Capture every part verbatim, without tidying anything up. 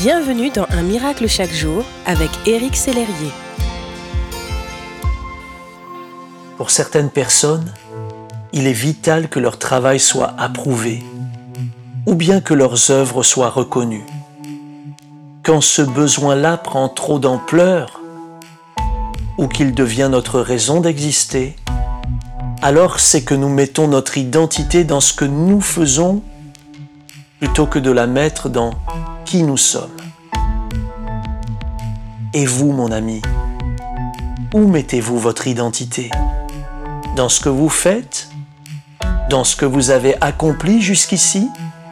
Bienvenue dans Un miracle chaque jour avec Éric Sellerier. Pour certaines personnes, il est vital que leur travail soit approuvé ou bien que leurs œuvres soient reconnues. Quand ce besoin-là prend trop d'ampleur ou qu'il devient notre raison d'exister, alors c'est que nous mettons notre identité dans ce que nous faisons plutôt que de la mettre dans qui nous sommes. Et vous, mon ami, où mettez-vous votre identité ? Dans ce que vous faites ? Dans ce que vous avez accompli jusqu'ici ?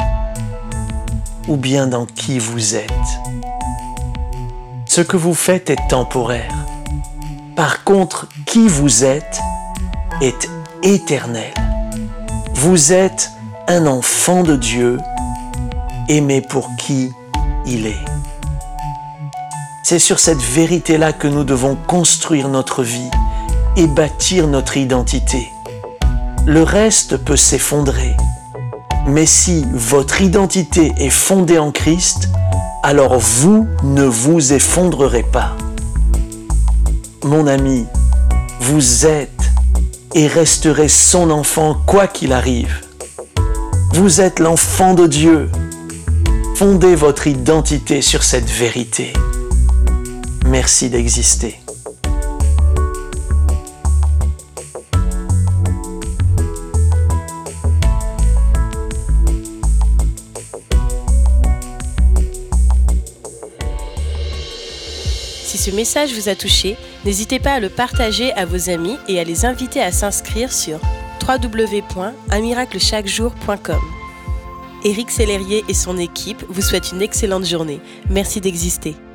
Ou bien dans qui vous êtes ? Ce que vous faites est temporaire. Par contre, qui vous êtes est éternel. Vous êtes un enfant de Dieu, aimé pour qui il est. C'est sur cette vérité-là que nous devons construire notre vie et bâtir notre identité. Le reste peut s'effondrer. Mais si votre identité est fondée en Christ, alors vous ne vous effondrerez pas. Mon ami, vous êtes et resterez son enfant quoi qu'il arrive. Vous êtes l'enfant de Dieu. Fondez votre identité sur cette vérité. Merci d'exister. Si ce message vous a touché, n'hésitez pas à le partager à vos amis et à les inviter à s'inscrire sur w w w point un miracle chaque jour point com. Éric Sellerier et son équipe vous souhaitent une excellente journée. Merci d'exister.